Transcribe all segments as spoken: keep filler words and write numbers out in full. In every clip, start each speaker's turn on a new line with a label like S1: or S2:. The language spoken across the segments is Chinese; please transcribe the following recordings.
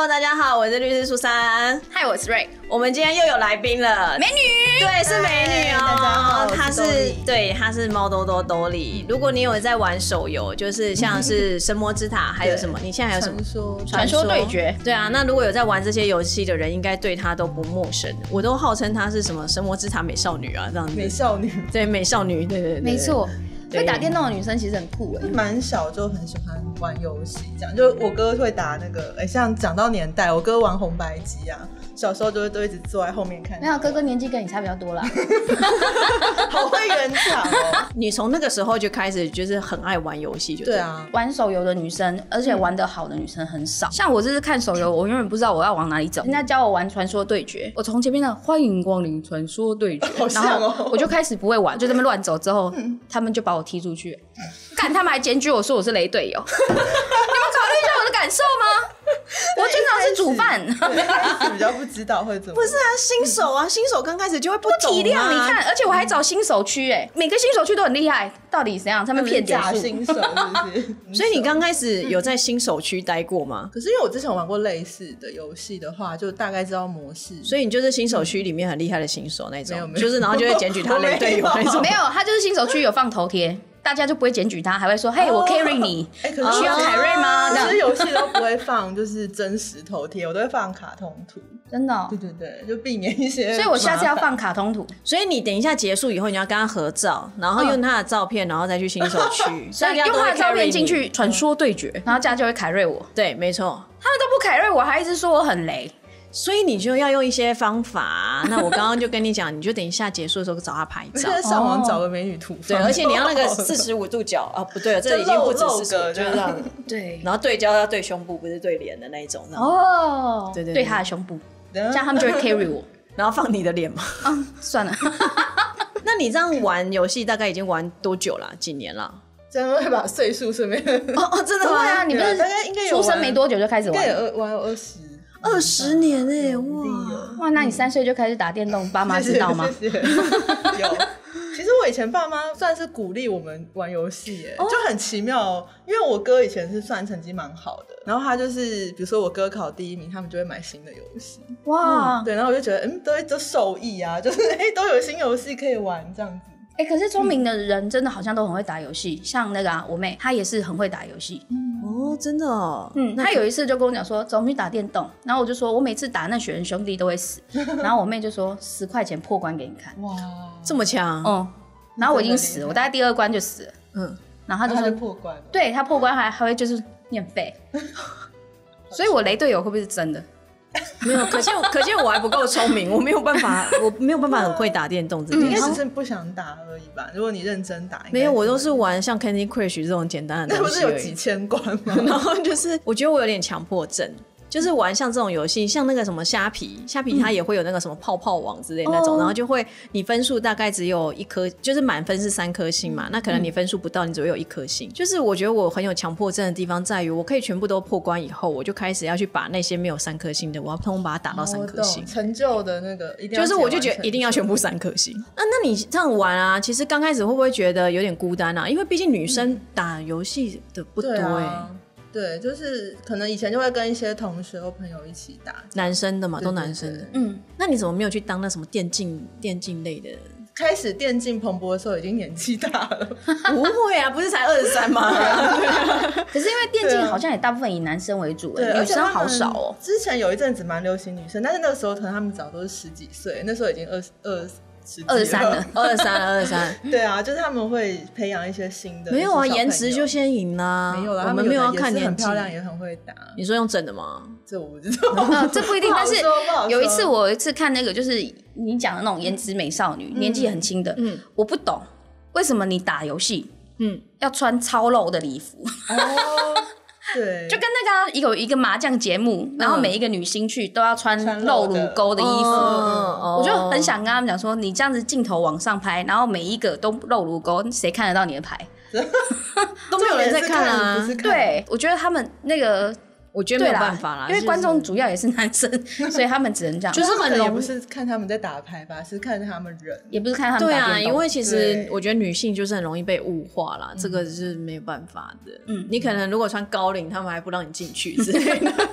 S1: Hello， 大家好，我是律师苏珊。
S2: 嗨，我是瑞。
S1: 我们今天又有来宾了，
S2: 美女。
S1: 对，是美女哦。
S3: 大家好，
S1: 她是对，她是猫多多多莉。如果你有在玩手游，就是像是神魔之塔，还有什么？你现在还有什么？
S3: 传说
S2: 传说对决。
S1: 对啊，那如果有在玩这些游戏的人，应该对她都不陌生。我都号称她是什么神魔之塔美少女啊，这样子。
S3: 美少女，
S1: 对，美少女，对对 对, 对，
S2: 没错。会打电动的女生其实很酷哎，
S3: 蛮小就很喜欢玩游戏，这样就我哥会打那个，哎，像讲到年代，我哥玩红白机啊，小时候就会都一直坐在后面看。
S2: 没有，哥哥年纪跟你差比较多啦。
S3: 好会圆场哦！
S1: 你从那个时候就开始就是很爱玩游戏，就
S3: 对啊，
S2: 玩手游的女生，而且玩得好的女生很少。像我这是看手游，我永远不知道我要往哪里走。人家教我玩传说对决，我从前面的欢迎光临传说对决，
S3: 好像哦，
S2: 然后我就开始不会玩，就这么乱走之后，他们就把我踢出去。干，他们还检举我说我是雷队友。你们考虑一下我的感受吗？我经常是煮饭，
S3: 比较不知道会怎么。
S1: 不是啊，新手啊，新手刚开始就会不懂、啊、
S2: 体谅。你看，而且我还找新手区，哎，每个新手区都很厉害，到底怎样？他们骗点数。
S3: 假新手是不是？
S1: 所以你刚开始有在新手区待过吗？
S3: 可是因为我之前玩过类似的游戏的话，就大概知道模式。
S1: 所以你就是新手区里面很厉害的新手那种，
S3: 没有没有
S1: 就是然后就会检举他雷队友那种。
S2: 没有，他就是新手区有放头贴。大家就不会检举他，还会说：“嘿，我 carry 你，
S3: 哎，可是
S2: 需要凯瑞吗？”
S3: 可是游戏都不会放，就是真实头贴，我都会放卡通图。
S2: 真的、哦？
S3: 对对对，就避免一些。
S2: 所以我下次要放卡通图。
S1: 所以你等一下结束以后，你要跟他合照，然后用他的照片，然后再去新手区。
S2: 所以用他的照片进去传说对决，然后这样就会凯瑞我。
S1: 对，没错。
S2: 他们都不凯瑞我，还一直说我很雷。
S1: 所以你就要用一些方法。那我刚刚就跟你讲，你就等一下结束的时候找他拍照，
S3: 上网找个美女图。
S1: 对，而且你要那个四十五度角啊，不对，这已经不止四十五，就是这样。
S2: 对，
S1: 然后对焦要对胸部，不是对脸的那一种。
S2: 哦，
S1: 对对，
S2: 对他的胸部，这样他们就会 carry 我，
S1: 然后放你的脸嘛。
S2: 嗯，算了。
S1: 那你这样玩游戏大概已经玩多久了？几年了？
S3: 这样会把岁数顺便
S1: 哦哦，真的吗？
S2: 对啊，你不是
S3: 大概应该有
S2: 出生没多久就开始玩，
S3: 应该有玩二十。
S1: 二十年哎、欸，哇
S2: 哇！那你三岁就开始打电动，爸妈知道吗？
S3: 谢谢谢谢有，其实我以前爸妈算是鼓励我们玩游戏耶，哦、就很奇妙哦。因为我哥以前是算成绩蛮好的，然后他就是比如说我哥考第一名，他们就会买新的游戏。
S2: 哇、
S3: 嗯，对，然后我就觉得嗯，都都受益啊，就是哎、欸、都有新游戏可以玩这样子。
S2: 哎、欸，可是聪明的人真的好像都很会打游戏，嗯、像那个啊，我妹她也是很会打游戏。
S1: 嗯、哦，真的哦。
S2: 嗯，她有一次就跟我讲说，走，我们去打电动。然后我就说，我每次打那雪人兄弟都会死。然后我妹就说，十块钱破关给你看。哇，
S1: 这么强。
S2: 嗯，然后我已经死了，我大概第二关就死了。
S1: 嗯，
S2: 然后她就说
S3: 他就破关了。
S2: 对，她破关还还会就是念废。所以我雷队友会不会是真的？
S1: 没有，可见可见我还不够聪明，我没有办法，我没有办法很会打电动这件事。
S3: 应该只是不想打而已吧？如果你认真打，
S1: 没有，我都是玩像 Candy Crush 这种简单的东西而已。
S3: 那不是有几千关吗？
S1: 然后就是我觉得我有点强迫症。就是玩像这种游戏，像那个什么虾皮，虾皮它也会有那个什么泡泡网之类的那种，嗯、然后就会你分数大概只有一颗，就是满分是三颗星嘛，那可能你分数不到，你只会有一颗星。就是我觉得我很有强迫症的地方在于，我可以全部都破关以后，我就开始要去把那些没有三颗星的，我要通通把它打到三颗星。
S3: 哦、成就的那个一定要
S1: 就是我就觉得一定要全部三颗星。那那你这样玩啊，其实刚开始会不会觉得有点孤单啊？因为毕竟女生打游戏的不多哎、欸。
S3: 啊对，就是可能以前就会跟一些同学或朋友一起打，
S1: 男生的嘛，
S3: 对对对，
S1: 都男生的。嗯，那你怎么没有去当那什么电竞电竞类的？
S3: 开始电竞蓬勃的时候已经年纪大了。
S1: 不会啊，不是才二十三吗？
S2: 可是因为电竞好像也大部分以男生为主，欸，女生好少哦。
S3: 之前有一阵子蛮流行女生，但是那个时候可能他们早都是十几岁，那时候已经二二。
S2: 二十三了，
S1: 二十三了，二十三。
S3: 对啊，就是他们会培养一些新的。
S1: 没有啊，颜值就先赢啦。
S3: 没有啦，
S1: 我们没有要看年纪。
S3: 很漂亮，也很会打。
S1: 你说用整的吗？
S3: 这我不知道，
S2: 呃、这不一定。但是有一次，我有一次看那个，就是你讲的那种颜值美少女，嗯、年纪很轻的，嗯，我不懂为什么你打游戏，嗯，要穿超露的礼服。
S3: 哦。对，
S2: 就跟那个有一个麻将节目，然后每一个女星去都要穿露乳沟的衣服，我就很想跟他们讲说，你这样子镜头往上拍，然后每一个都露乳沟，谁看得到你的牌？
S1: 都没有人在看啊。
S2: 对，我觉得他们那个。
S1: 我觉得没有办法啦，
S2: 因为观众主要也是男生，所以他们只能这样。
S3: 就是很也不是看他们在打牌吧，是看他们人，
S2: 也不是看他们打电动。
S1: 对啊，因为其实我觉得女性就是很容易被物化啦，这个是没有办法的。嗯，你可能如果穿高领，他们还不让你进去之类的。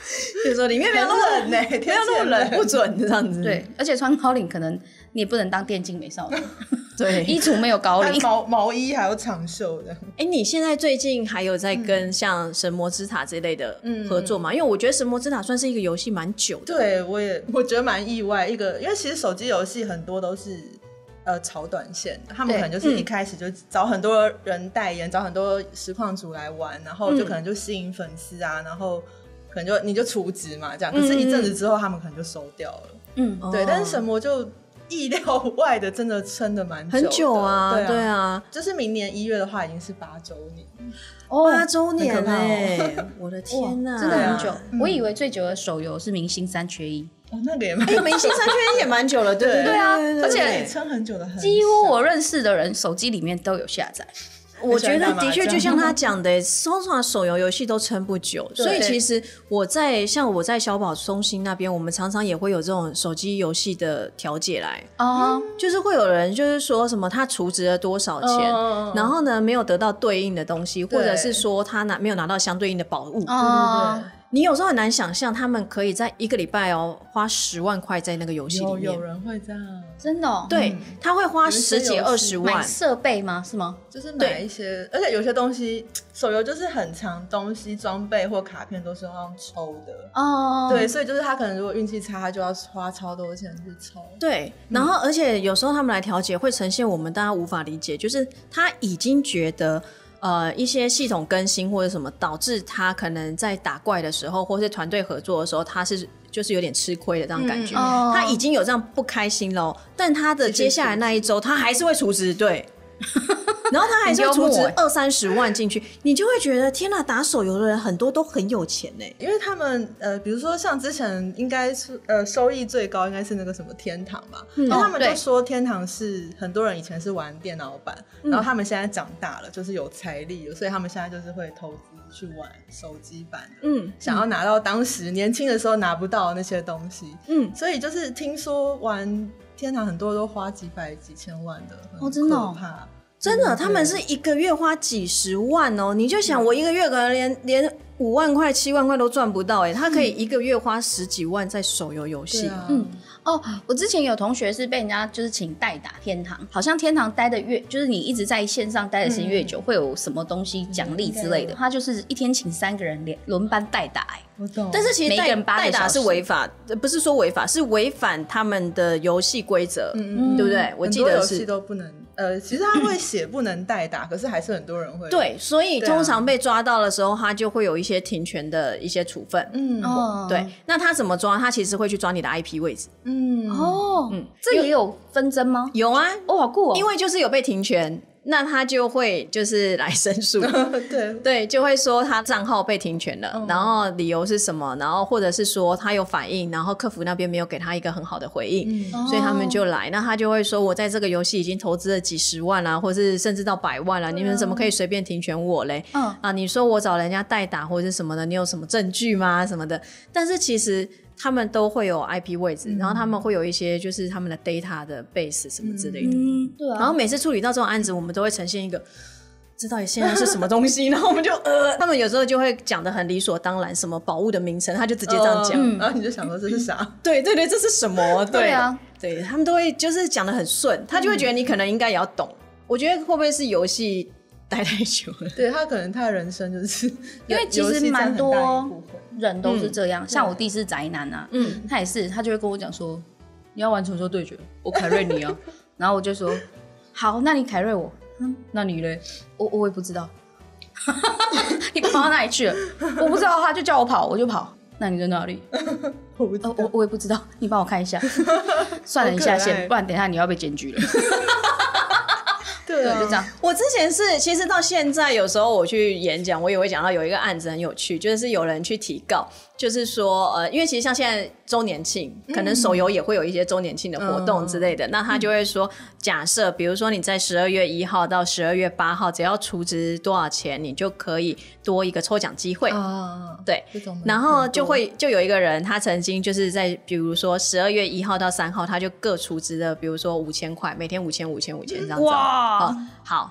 S1: 就是说里面没有那么
S3: 冷呢、欸，
S1: 没有那么冷，不准这样子。
S2: 对，而且穿高领可能你也不能当电竞美少女，
S1: 对，
S2: 衣橱没有高领，
S3: 毛毛衣还有长袖的。
S1: 哎、欸，你现在最近还有在跟像神魔之塔这类的合作吗？嗯、因为我觉得神魔之塔算是一个游戏蛮久的。
S3: 对，我也我觉得蛮意外，一个因为其实手机游戏很多都是。呃，炒短线的，他们可能就是一开始就找很多人代言，嗯、找很多实况主来玩，然后就可能就吸引粉丝啊，然后可能就你就储值嘛，这样。可是，一阵子之后，他们可能就收掉了。嗯，对。哦、但是神魔就意料外的，真的撑得蛮久的，
S1: 很久啊，对啊。
S3: 对啊就是明年一月的话，已经是八周年。
S1: 哦，八周年哎、欸！我的天哪，
S2: 真的很久。嗯、我以为最久的手游是明星三缺一。
S3: 哦，那个也蛮，
S1: 哎，明星三缺一也蛮久了，对
S2: 对啊，而
S3: 且撑很久的，
S2: 几乎我认识的人手机里面都有下载。
S1: 我觉得的确就像他讲的，通常手游游戏都撑不久，所以其实我在像我在小宝中心那边，我们常常也会有这种手机游戏的调解来哦，就是会有人就是说什么他储值了多少钱，哦、然后呢没有得到对应的东西，或者是说他拿没有拿到相对应的宝物，对对对。你有时候很难想象，他们可以在一个礼拜哦花十万块在那个游戏里面。
S3: 有有人会这样，
S2: 真的、哦？
S1: 对，嗯、他会花十几二十万
S2: 买设备吗？是吗？
S3: 就是买一些，而且有些东西手游就是很常东西装备或卡片都是要抽的哦。对，所以就是他可能如果运气差，他就要花超多钱去抽。
S1: 对，然后而且有时候他们来调解会呈现我们大家无法理解，就是他已经觉得。呃，一些系统更新或者什么，导致他可能在打怪的时候，或是团队合作的时候，他是就是有点吃亏的这样感觉。嗯、他已经有这样不开心了，但他的接下来那一周，他还是会储值，对。然后他还是会储值二三十万进去，你就会觉得天哪！打手游的人很多都很有钱呢，
S3: 因为他们呃，比如说像之前应该是呃收益最高应该是那个什么天堂吧，嗯、他们就说天堂是很多人以前是玩电脑版，嗯、然后他们现在长大了，就是有财力了，所以他们现在就是会投资去玩手机版的，嗯，想要拿到当时年轻的时候拿不到的那些东西，嗯，所以就是听说玩天堂很多都花几百几千万的，
S1: 哦，真的、哦，
S3: 怕。
S1: 真的，他们是一个月花几十万哦，你就想我一个月可能连连五万块、七万块都赚不到，哎，他可以一个月花十几万在手游游戏。
S3: 啊、
S2: 嗯，哦，我之前有同学是被人家就是请代打天堂，好像天堂待的越就是你一直在线上待的时间越久，嗯、会有什么东西奖励之类的。他就是一天请三个人连轮班代打，哎，
S3: 我懂。
S1: 但是其实代代打是违法，不是说违法，是违反他们的游戏规则，嗯嗯，对不对？我记得是
S3: 很多游戏都不能。呃，其实他会写不能代打，可是还是很多人会。
S1: 对，所以通常被抓到的时候，他就会有一些停权的一些处分。嗯，哦，对。那他怎么抓？他其实会去抓你的 I P 位置。
S2: 嗯，哦，嗯，这也有纷争吗？
S1: 有啊，
S2: 哦，好酷哦。
S1: 因为就是有被停权。那他就会就是来申诉，
S3: 对
S1: 对，就会说他账号被停权了，嗯、然后理由是什么，然后或者是说他有反应，然后客服那边没有给他一个很好的回应，嗯、所以他们就来，那他就会说我在这个游戏已经投资了几十万啦，或是甚至到百万啦，嗯、你们怎么可以随便停权我嘞？嗯、啊，你说我找人家代打或者是什么的，你有什么证据吗？什么的？但是其实。他们都会有 I P 位置，嗯、然后他们会有一些就是他们的 data 的 base 什么之类的，嗯对啊、然后每次处理到这种案子，我们都会呈现一个这到底现在是什么东西，然后我们就呃，他们有时候就会讲得很理所当然，什么宝物的名称，他就直接这样讲，
S3: 嗯、然后你就想说这是啥？
S1: 对对对，这是什么？对,
S2: 对啊，
S1: 对他们都会就是讲得很顺，他就会觉得你可能应该也要懂。嗯、我觉得会不会是游戏待太久了？
S3: 对他可能他的人生就是
S2: 因为其实蛮多人都是这样，嗯、像我弟是宅男啊，嗯，他也是，他就会跟我讲说，你要玩传说对决，我凯瑞你啊，然后我就说好，那你凯瑞我，嗯，那你嘞？我我也不知道，你跑到哪里去了？我不知道，他就叫我跑，我就跑。那你在哪里？
S3: 我不知道，
S2: 呃、我我也不知道，你帮我看一下。算了，你下线，不然等一下你要被检举了。
S3: 对啊，
S2: 就这样。
S1: 我之前是，其实到现在，有时候我去演讲，我也会讲到有一个案子很有趣，就是有人去提告，就是说，呃，因为其实像现在周年庆，可能手游也会有一些周年庆的活动之类的，嗯、那他就会说，假设比如说你在十二月一号到十二月八号，只要储值多少钱，你就可以多一个抽奖机会。啊，对，然后就会就有一个人，他曾经就是在比如说十二月一号到三号，他就各储值了，比如说五千块，每天五千五千五千这样子。哇！哦、好，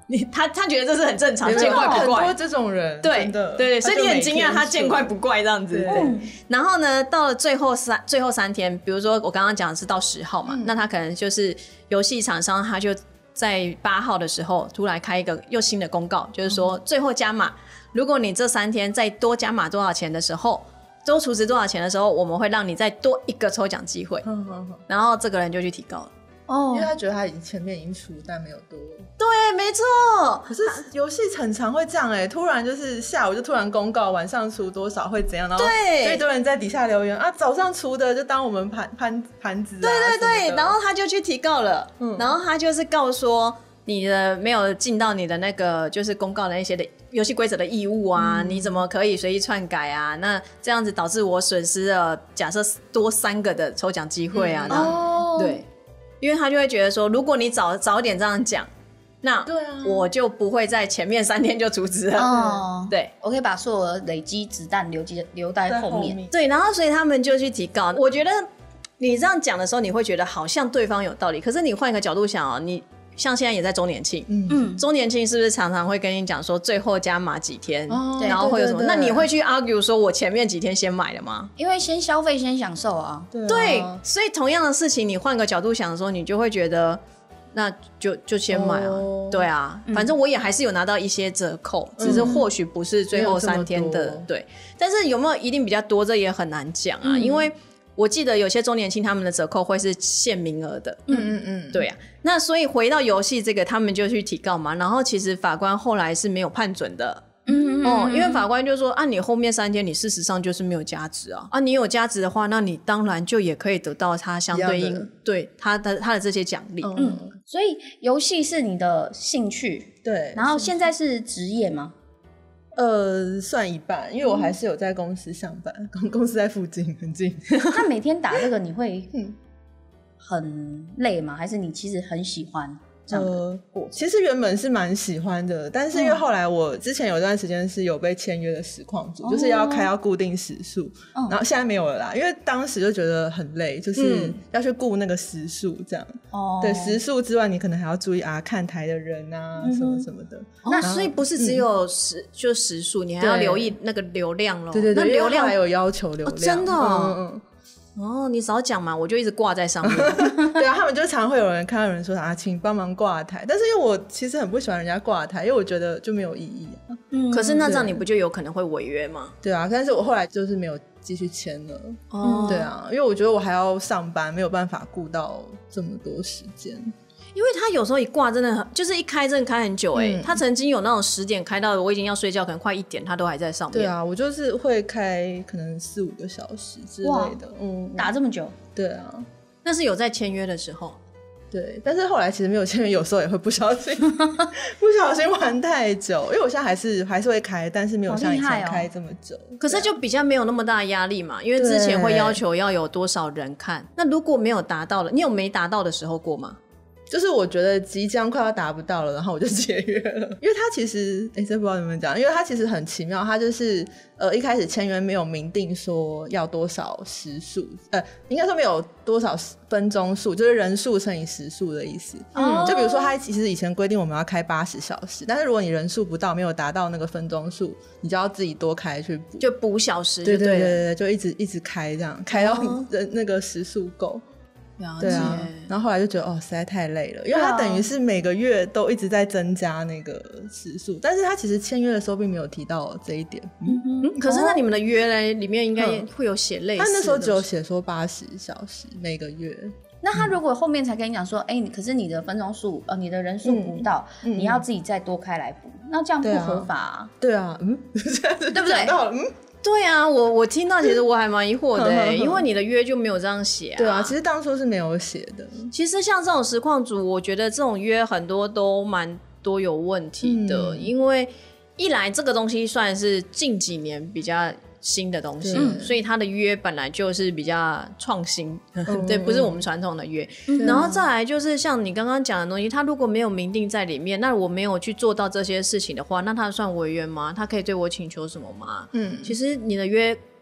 S1: 你他他觉得这是很正常，见怪不怪。
S3: 很多这种人，
S1: 对
S3: 真的
S1: 对对，所以你很惊讶他见怪
S3: 不
S1: 不怪这样子。对。然后呢，到了最后三最后三天，比如说我刚刚讲的是到十号嘛，嗯、那他可能就是游戏厂商他就在八号的时候突然开一个又新的公告，就是说最后加码，如果你这三天再多加码多少钱的时候。多储值多少钱的时候，我们会让你再多一个抽奖机会，嗯嗯嗯，然后这个人就去提高了。
S3: 哦，因为他觉得他已经前面已经出，但没有多。
S1: 对，没错。
S3: 可是游戏很常会这样哎、欸，突然就是下午就突然公告晚上出多少会怎样，然后就一堆人在底下留言啊，早上出的就当我们盘盘盘子、啊。
S1: 对对对，然后他就去提告了，嗯，然后他就是告说你的没有尽到你的那个就是公告的那些的游戏规则的义务啊、嗯，你怎么可以随意篡改啊？那这样子导致我损失了假设多三个的抽奖机会啊，嗯、哦，对。因为他就会觉得说，如果你早早点这样讲，那我就不会在前面三天就储值了。哦，对，
S2: 我可以把所有的累积子弹留记留在后面。
S1: 对，然后所以他们就去提高。我觉得你这样讲的时候，你会觉得好像对方有道理，可是你换一个角度想哦，你像现在也在周年庆，嗯，周年庆是不是常常会跟你讲说最后加码几天，哦、然后会有什么？对对对，那你会去 argue 说我前面几天先买了吗？
S2: 因为先消费先享受啊。
S1: 对啊，对，所以同样的事情，你换个角度想说，你就会觉得那就就先买啊。哦、对啊，反正我也还是有拿到一些折扣，嗯、只是或许不是最后三天的，对。但是有没有一定比较多，这也很难讲啊，嗯、因为。我记得有些周年庆他们的折扣会是限名额的，嗯嗯嗯，对啊。那所以回到游戏这个，他们就去提告嘛。然后其实法官后来是没有判准的，嗯嗯哦，因为法官就说啊，你后面三天你事实上就是没有价值啊，啊，你有价值的话，那你当然就也可以得到它相对应对他的他的这些奖励。
S2: 嗯，所以游戏是你的兴趣，
S3: 对，
S2: 然后现在是职业吗？
S3: 呃，算一半，因为我还是有在公司上班，公、嗯、公司在附近，很近。
S2: 那每天打这个你会很累吗？还是你其实很喜欢这样的过程？
S3: 呃，其实原本是蛮喜欢的，但是因为后来我之前有一段时间是有被签约的实况组，哦、就是要开要固定时数，哦、然后现在没有了啦，因为当时就觉得很累，就是要去顾那个时数这样。哦，对，时数之外，你可能还要注意啊，看台的人啊，嗯、什么什么的。
S1: 那所以不是只有时、嗯、就时数，你还要留意那个流量咯。
S3: 对对对，
S1: 那流量
S3: 还有要求流量，哦、
S1: 真的、哦。嗯嗯哦，你少讲嘛，我就一直挂在上面。
S3: 对啊，他们就常会有人看到有人说啊，请帮忙挂台，但是因为我其实很不喜欢人家挂台，因为我觉得就没有意义啊。
S1: 嗯，可是那这样你不就有可能会违约吗？
S3: 对啊，但是我后来就是没有继续签了。哦，对啊，因为我觉得我还要上班，没有办法顾到这么多时间。
S1: 因为他有时候一挂真的很，就是一开真的开很久哎、欸嗯，他曾经有那种十点开到我已经要睡觉，可能快一点，他都还在上面。
S3: 对啊，我就是会开可能四五个小时之类的，嗯，
S2: 打这么久。
S3: 对啊，
S1: 那是有在签约的时候。
S3: 对，但是后来其实没有签约，有时候也会不小心不小心玩太久，因为我现在还是还是会开，但是没有像以前开这么久。哦、
S1: 可是就比较没有那么大的压力嘛，因为之前会要求要有多少人看，那如果没有达到了，你有没达到的时候过吗？
S3: 就是我觉得即将快要达不到了，然后我就解约了。因为他其实，哎、欸，这不知道怎么讲，因为他其实很奇妙，他就是呃一开始签约没有明定说要多少时数，呃，应该说没有多少分钟数，就是人数乘以时数的意思。嗯，就比如说他其实以前规定我们要开八十小时，但是如果你人数不到，没有达到那个分钟数，你就要自己多开去补，
S1: 就补小时就对了。
S3: 对对对对，就一直一直开这样，开到人、哦、那个时数够。对啊，然后后来就觉得哦实在太累了，因为它等于是每个月都一直在增加那个时数，但是它其实签约的时候并没有提到这一点。嗯
S1: 嗯，可是那你们的约呢，里面应该会有写类似的、嗯、
S3: 他那时候只有写说八十小时每个月。
S2: 那他如果后面才跟你讲说，哎、嗯欸，可是你的分钟数呃，你的人数不到、嗯嗯，你要自己再多开来补，那这样不合法啊？
S3: 对啊，嗯，
S2: 对不对？
S3: 嗯。
S1: 对啊，我我听到其实我还蛮疑惑的、欸，因为你的约就没有这样写啊。
S3: 对啊，其实当初是没有写的。
S1: 其实像这种实况组，我觉得这种约很多都蛮多有问题的、嗯，因为一来这个东西算是近几年比较新的东西，所以它的约本来就是比较创新、嗯、对，不是我们传统的约、嗯、然后再来就是像你刚刚讲的东西，它如果没有明定在里面，那我没有去做到这些事情的话，那它算违约吗？它可以对我请求什么吗？嗯，其实你的约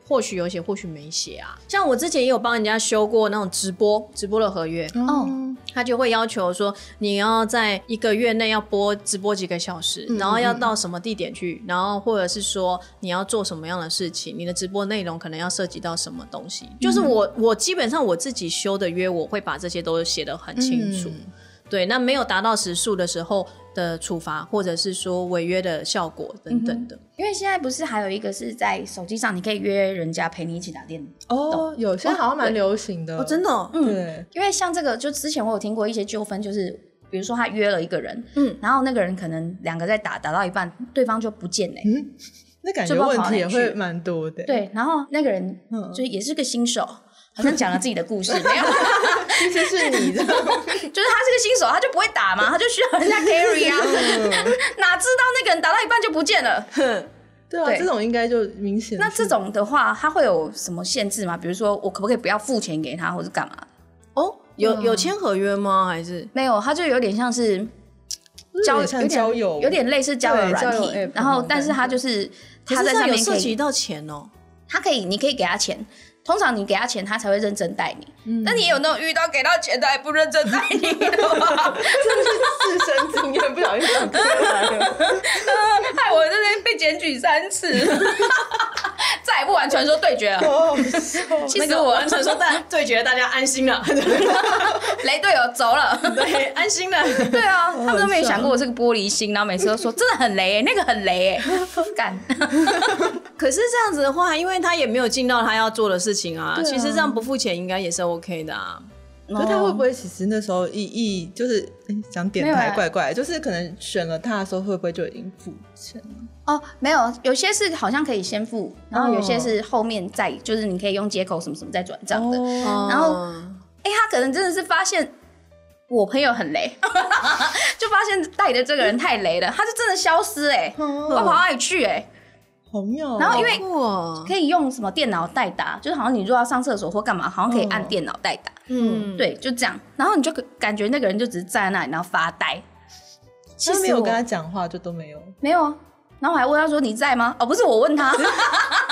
S1: 或许有写，或许没写啊。像我之前也有帮人家修过那种直播直播的合约哦，他就会要求说你要在一个月内要播直播几个小时，嗯、然后要到什么地点去，然后或者是说你要做什么样的事情，你的直播内容可能要涉及到什么东西。嗯、就是我我基本上我自己修的约，我会把这些都写得很清楚。嗯对，那没有达到时数的时候的处罚，或者是说违约的效果等等的、嗯。
S2: 因为现在不是还有一个是在手机上，你可以约人家陪你一起打电
S3: 哦，有现在好像蛮流行的
S1: 哦，真的、哦，
S2: 嗯，对。因为像这个，就之前我有听过一些纠纷，就是比如说他约了一个人，嗯，然后那个人可能两个在打，打到一半，对方就不见了、欸，嗯，
S3: 那感觉问题也会蛮多的。
S2: 对，然后那个人就也是个新手。嗯好像讲了自己的故事，没有，
S3: 其实是你的，就是
S2: 他是个新手，他就不会打嘛，他就需要人家 carry 啊，嗯、哪知道那个人打到一半就不见了。
S3: 对啊，对这种应该就明显。
S2: 那这种的话，他会有什么限制吗？比如说，我可不可以不要付钱给他，或是干嘛？
S1: 哦，有有签合约吗？还是
S2: 没有？他就有点像是
S3: 交有点交友，
S2: 有点类似交友软体，然后但是他就是他在上面可以
S1: 涉及到钱哦，
S2: 他可以，你可以给他钱。通常你给他钱，他才会认真待你。嗯、但你也有那种遇到给到钱他还不认真待你的吗？
S3: 真的是自身经验，不小心讲出来了，
S2: 害我这边被检举三次，再也不玩传说对决了。
S3: 哦、
S1: 其实我玩传说对决，大家安心了。
S2: 雷队友走了，
S1: 对，安心了。
S2: 对啊，他们都没想过我是个玻璃心，然后每次都说真的很雷、欸，那个很雷、欸，干。
S1: 可是这样子的话，因为他也没有尽到他要做的事情啊，啊其实这样不付钱应该也是 OK 的啊。
S3: 可是他会不会其实那时候意意就是想点台怪怪，就是可能选了他的时候会不会就已经付钱了？
S2: 哦，没有，有些是好像可以先付，然后有些是后面再，就是你可以用接口什么什么再转账的。哦、然后，哎、欸，他可能真的是发现我朋友很雷，就发现带的这个人太雷了，他就真的消失哎、欸，不知道跑哪里去哎、欸。
S3: 好妙、哦，
S2: 然后因为可以用什么电脑代打，就是好像你如果要上厕所或干嘛，好像可以按电脑代打。嗯，对，就这样。然后你就感觉那个人就只是站在那里，然后发呆。
S3: 其实没有跟他讲话，就都没有。
S2: 没有啊。然后我还问他说：“你在吗？”哦，不是我问他，就问他说：“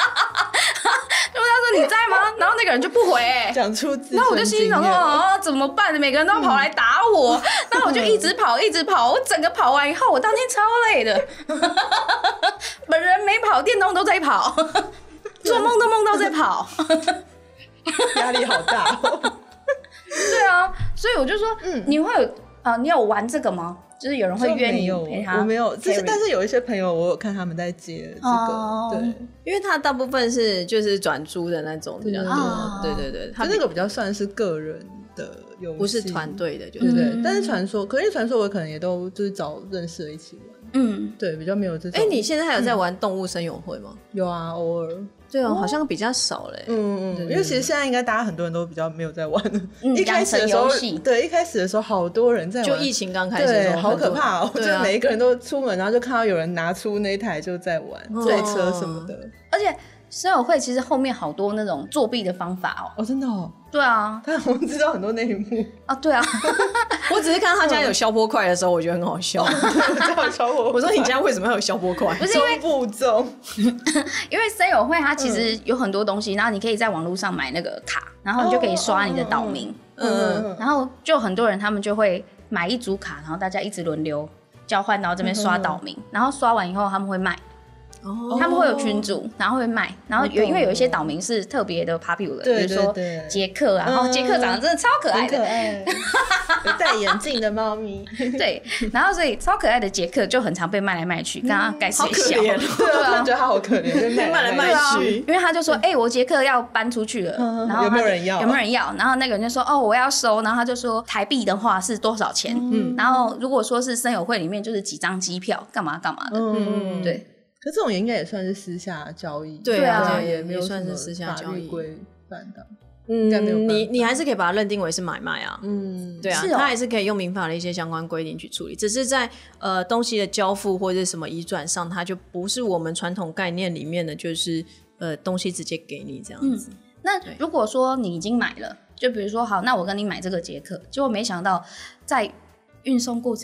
S2: 你在吗？”然后那个人就不回、欸，
S3: 讲出自身经验。
S2: 然后我就心里想说：“啊，怎么办？每个人都要跑来打我。嗯”然后我就一直跑，一直跑。我整个跑完以后，我当天超累的。本人没跑，电动都在跑，做梦都梦到在跑，
S3: 压力好大哦。
S2: 对啊，所以我就说，嗯，你会有啊、呃，你有玩这个吗？就是有人会约你陪他？
S3: 我没有，就是但是有一些朋友，我有看他们在接这个，哦、对，
S1: 因为他大部分是就是转租的那种比较多，哦、对对对，
S3: 他那个比较算是个人的游戏，
S1: 不是团队的，就是
S3: 对对。但是传说，可是传说我可能也都就是找认识的一起玩。嗯，对，比较没有这种。
S1: 哎、欸，你现在还有在玩动物森友会吗？
S3: 嗯、有啊，偶尔。
S1: 对啊，哦、好像比较少嘞。
S3: 嗯嗯，因为其实现在应该大家很多人都比较没有在玩。嗯、一开始的时候，对，一开始的时候好多人在玩。
S1: 就疫情刚开始的时候，
S3: 好可怕哦！就是每一个人都出门，然后就看到有人拿出那一台就在玩赛车什么的。哦、
S2: 而且森友会其实后面好多那种作弊的方法哦。
S3: 哦，真的哦。
S2: 对啊，
S3: 但我知道很多内幕
S2: 啊。对啊，
S1: 我只是看到他家有消波块的时候，我觉得很好笑。我说你家为什么要有消波块？
S2: 不是因为
S3: 不中，
S2: 因为森友会它其实有很多东西，然后你可以在网络上买那个卡，然后你就可以刷你的岛民。嗯嗯。然后就很多人他们就会买一组卡，然后大家一直轮流交换到这边刷岛民，然后刷完以后他们会卖。Oh, 他们会有群组，然后会卖，然后有因为有一些岛民是特别的 popular， 比如说杰克啊，然后杰克长得真的超可爱的，
S3: 很可爱，有戴眼镜的猫咪，
S2: 对，然后所以超可爱的杰克就很常被卖来卖去，刚刚盖谁笑，
S3: 对啊，觉得他好可怜，被卖来卖去，
S2: 因为他就说，哎，我杰克要搬出去了，然后
S3: 有没有人要？
S2: 有没有人要？然后那个人就说，哦，我要收，然后他就说台币的话是多少钱？嗯，然后如果说是森友会里面就是几张机票，干嘛干嘛的，嗯，对。
S3: 可这种也应该也算是私下交易，
S1: 对啊，
S3: 也没有
S1: 算是私下交易
S3: 规范的。
S1: 嗯，你你还是可以把它认定为是买卖啊，嗯，对啊，它还是可以用民法的一些相关规定去处理，只是在呃东西的交付或者什么移转上，它就不是我们传统概念里面的，就是呃东西直接给你这样子。嗯、
S2: 那如果说你已经买了，就比如说好，那我跟你买这个杰克，结果没想到在运送过程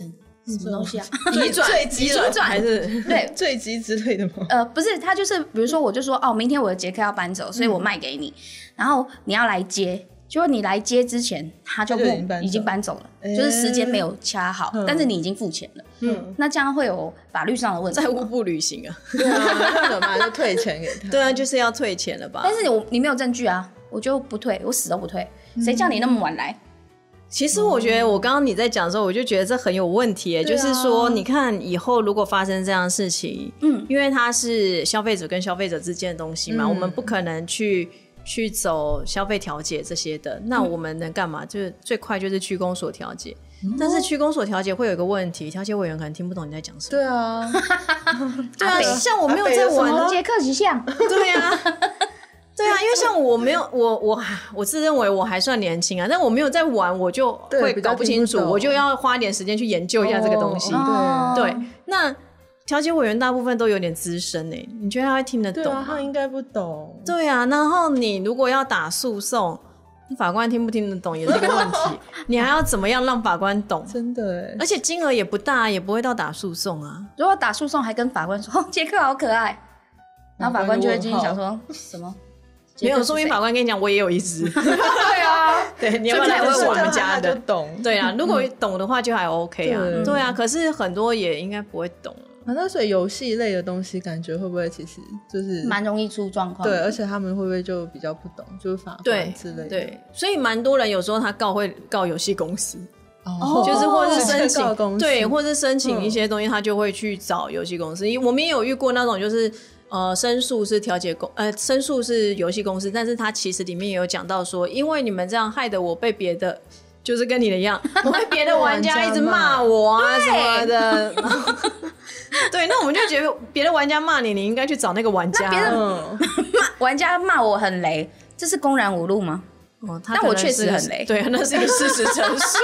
S2: 什么东西啊？
S3: 移转
S1: 移转还是
S2: 对
S3: 坠机之类的吗？
S2: 呃，不是，他就是比如说，我就说哦，明天我的捷克要搬走，所以我卖给你，嗯、然后你要来接。结果你来接之前，他就不已经搬走了，欸、就是时间没有掐好，嗯、但是你已经付钱了，嗯，那这样会有法律上的问题，
S1: 债务不履行啊，
S3: 对啊，那怎么办？就退钱给他，
S1: 对啊，就是要退钱了吧？
S2: 但是我你没有证据啊，我就不退，我死都不退，谁、嗯、叫你那么晚来？
S1: 其实我觉得，我刚刚你在讲的时候，我就觉得这很有问题、啊、就是说，你看以后如果发生这样的事情，嗯，因为它是消费者跟消费者之间的东西嘛，嗯、我们不可能去。去走消费调解这些的，那我们能干嘛？嗯、就是最快就是区公所调解，嗯、但是区公所调解会有一个问题，调解委员可能听不懂你在讲什么。
S3: 对啊，
S1: 对啊，像我没有在玩
S2: 捷克极像，
S1: 对啊，对啊，因为像我没有我我我自认为我还算年轻啊，但我没有在玩，我就会搞不清楚，我就要花点时间去研究一下这个东西。
S2: 哦、
S1: 对，那。调解委员大部分都有点资深诶，你觉得他会听得懂吗？
S3: 对啊，他应该不懂。
S1: 对啊，然后你如果要打诉讼，法官听不听得懂也是一个问题。你还要怎么样让法官懂？
S3: 真的哎，
S1: 而且金额也不大，也不会到打诉讼啊。
S2: 如果打诉讼还跟法官说：“哦，捷克好可爱。”然后法官就会进去想说：“什么？”
S1: 没有，说明法官跟你讲，我也有一只。
S2: 对啊，
S1: 对，你要不然来问我们家的，
S3: 就懂。
S1: 对啊，如果懂的话就还 OK 啊。
S3: 对,
S1: 对啊，可是很多也应该不会懂。
S3: 啊、那所以游戏类的东西感觉会不会其实就是
S2: 蛮容易出状况？
S3: 对，而且他们会不会就比较不懂，就是法官之类的？
S1: 对，所以蛮多人有时候他告会告游戏公司，
S3: 哦，
S1: 就是或是申請
S3: 请
S1: 对，或是申请一些东西，他就会去找游戏公司。因为我们也有遇过那种就是呃申诉是调解公呃申诉是游戏公司，但是他其实里面也有讲到说，因为你们这样害得我被别的。就是跟你的一样，我被别的玩家一直骂我啊什么的。对，那我们就觉得别的玩家骂你，你应该去找那个玩家。
S2: 那别的、嗯、玩家骂我很雷，这是公然侮辱吗？
S1: 哦，
S2: 但我确实很雷。
S1: 对，那是一个事实陈述。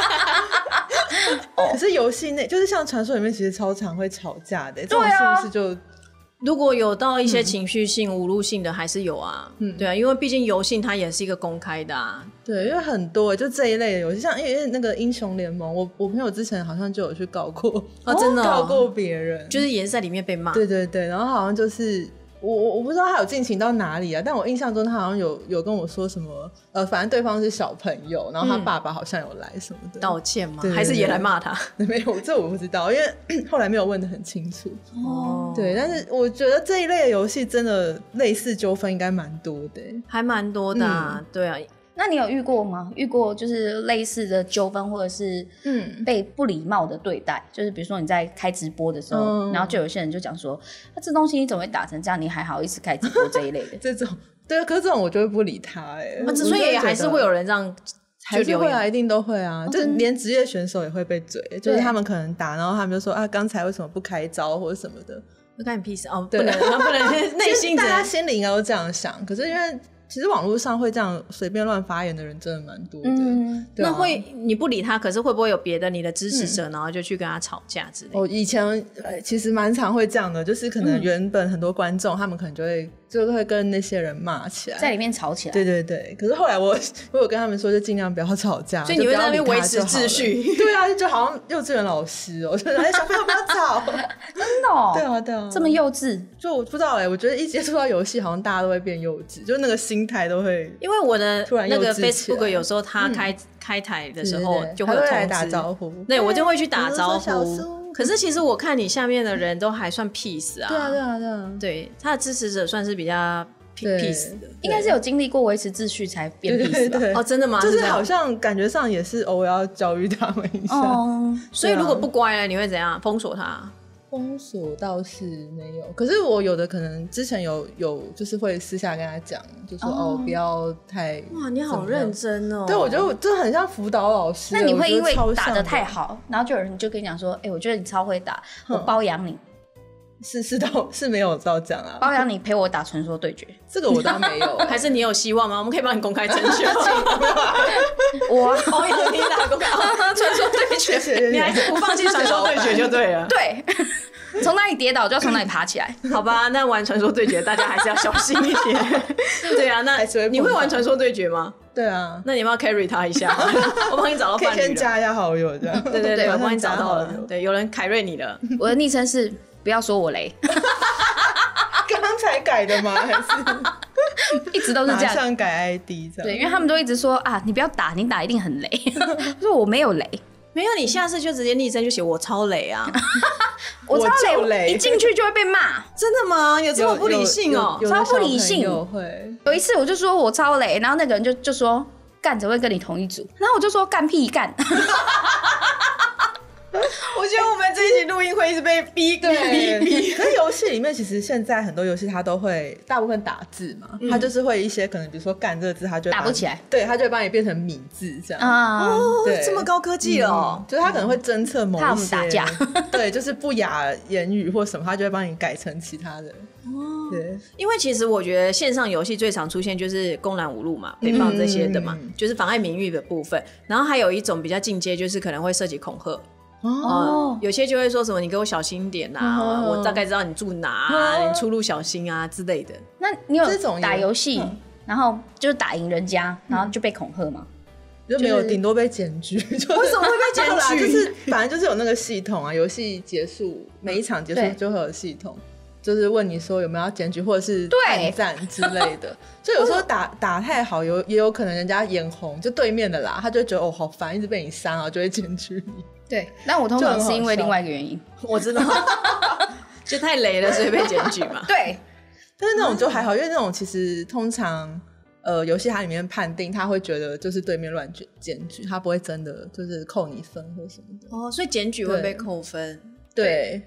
S3: 可是游戏内就是像传说里面，其实超常会吵架的，这种
S2: 是
S3: 不是就？
S1: 如果有到一些情绪性、侮辱性的，还是有啊。嗯，对啊，因为毕竟游戏它也是一个公开的啊。
S3: 对，因为很多就这一类的游戏，像因为那个英雄联盟，我我朋友之前好像就有去告过，
S1: 哦，真的、哦、
S3: 告过别人，
S1: 就是也是在里面被骂。
S3: 对对对，然后好像就是我我我不知道他有进行到哪里啊，但我印象中他好像有有跟我说什么，呃，反正对方是小朋友，然后他爸爸好像有来什么的、嗯、
S1: 道歉吗？
S3: 对对对，
S1: 还是也来骂他？
S3: 没有，这我不知道，因为后来没有问得很清楚。
S1: 哦，
S3: 对，但是我觉得这一类的游戏真的类似纠纷应该蛮多的，
S1: 还蛮多的、啊嗯、对啊。
S2: 那你有遇过吗？遇过就是类似的纠纷，或者是嗯被不礼貌的对待、嗯？就是比如说你在开直播的时候，嗯、然后就有些人就讲说，那、啊、这东西你怎么会打成这样？你还好意思开直播这一类的？
S3: 这种对，可是这种我就会不理他哎、欸。
S1: 所以还是会有人这样，
S3: 还是会啊，一定都会啊，就连职业选手也会被嘴，就是他们可能打，然后他们就说啊，刚才为什么不开招或者什么的，
S1: 不干你屁事哦，不能，不能，内心
S3: 大家心里应该都这样想，可是因为。其实网络上会这样随便乱发言的人真的蛮多的、嗯对啊、
S1: 那会你不理他，可是会不会有别的你的支持者、嗯、然后就去跟他吵架之类的？
S3: 哦，以前、呃、其实蛮常会这样的，就是可能原本很多观众、嗯、他们可能就会就会跟那些人骂起来，
S2: 在里面吵起来。
S3: 对对对，可是后来我我有跟他们说，就尽量不要吵架，
S1: 所以你会在那边维持秩序。
S3: 对啊，就好像幼稚园老师哦，就哎小朋友不要吵，
S2: 真的哦。
S3: 对啊对啊，
S2: 这么幼稚。
S3: 就我不知道哎、欸，我觉得一接触到游戏，好像大家都会变幼稚，就那个心态都会。
S1: 因为我的那个 Facebook 有时候他开、嗯、开台的时候就会有通知，
S3: 来打招呼，
S1: 对，我就会去打招呼。可是其实我看你下面的人都还算 peace 啊，
S3: 对啊对啊对啊，
S1: 对，他的支持者算是比较 peace 的，
S2: 应该是有经历过维持秩序才变 peace 吧？
S3: 对对对，
S1: 哦，真的吗？
S3: 就是好像感觉上也是偶尔要教育他们一下。哦，
S1: 所以如果不乖了，你会怎样？封锁他？
S3: 封锁倒是没有，可是我有的可能之前有有就是会私下跟他讲，就说 哦, 哦不要太
S1: 哇，你好认真哦。
S3: 对，我觉得这很像辅导老师。
S2: 那你会因为打得太好，然后就有人就跟你讲说，哎、欸，我觉得你超会打，我包养你。
S3: 是是到是没有到这样啊，
S2: 包养你陪我打传说对决，
S3: 这个我倒没有、欸。
S1: 还是你有希望吗？我们可以帮你公开甄选。
S2: 我
S1: 包养你打公开传说对决，你还是不放弃传说对决就对了。
S2: 对，从哪里跌倒就要从哪里爬起来。
S1: 好吧，那玩传说对决大家还是要小心一点。对啊，那你会玩传说对决吗？
S3: 对啊，
S1: 那你要不要 carry 他一下？我帮你找到伴侣了。
S3: 可以先加一下好友这样。
S1: 对对对，我帮你找到了。
S3: 马上加好友
S1: 对，有人凯瑞你了。
S2: 我的昵称是不要说我雷，
S3: 刚刚才改的吗？还是
S2: 一直都是这
S3: 马
S2: 样。
S3: 上改 I D 这样？
S2: 对，因为他们都一直说啊，你不要打，你打一定很雷。我说我没有雷，
S1: 没有，你下次就直接昵称就写我超雷啊！
S2: 我超
S3: 我就雷
S2: 雷，一进去就会被骂。
S1: 真的吗？有这么不理性哦、
S3: 有有有
S2: 超不理性
S3: 有的小朋友会。
S2: 有一次我就说我超雷，然后那个人就就说干怎么会跟你同一组？然后我就说干屁干。
S1: 我觉得我们这一集录音会一直被逼逼逼。
S3: 可是游戏里面其实现在很多游戏它都会大部分打字嘛，它就是会一些可能比如说干这个字，它就会把
S2: 打不起来，
S3: 对，它就会帮你变成米字这样。
S2: 啊、
S1: 哦
S3: 对，
S1: 这么高科技哦、
S3: 嗯就是它可能会侦测某
S2: 怕我
S3: 一些
S2: 们打架
S3: 对，就是不雅言语或什么，它就会帮你改成其他的。哦，对，
S1: 因为其实我觉得线上游戏最常出现就是公然侮辱嘛、诽谤这些的嘛，
S3: 嗯
S1: 就是妨碍名誉的部分。然后还有一种比较进阶，就是可能会涉及恐吓。
S3: 哦，
S1: 哦，有些就会说什么你给我小心点啊，
S3: 嗯
S1: 我大概知道你住哪啊，你出入小心啊之类的。
S2: 那你有
S3: 这种也
S2: 打游戏，
S3: 嗯
S2: 然后就是打赢人家，然后就被恐吓吗？
S3: 就没有，
S2: 就是
S3: 顶多被检举。为什
S1: 为什么会被检举
S3: 就是反正就是有那个系统啊，游戏结束每一场结束
S2: 对
S3: 就会有系统。就是问你说有没有要检举或者是
S2: 对
S3: 按赞之类的，就有时候打打太好，有也有可能人家眼红，就对面的啦，他就觉得哦好烦，一直被你删，然后就会检举你。
S2: 对，但我通常是因为另外一个原因。
S1: 我知道，就太雷了，所以被检举嘛。
S2: 对，
S3: 但是那种就还好，因为那种其实通常呃游戏它里面判定他会觉得就是对面乱检检举，他不会真的就是扣你分或什么的。
S1: 哦，所以检举会被扣分。
S3: 对，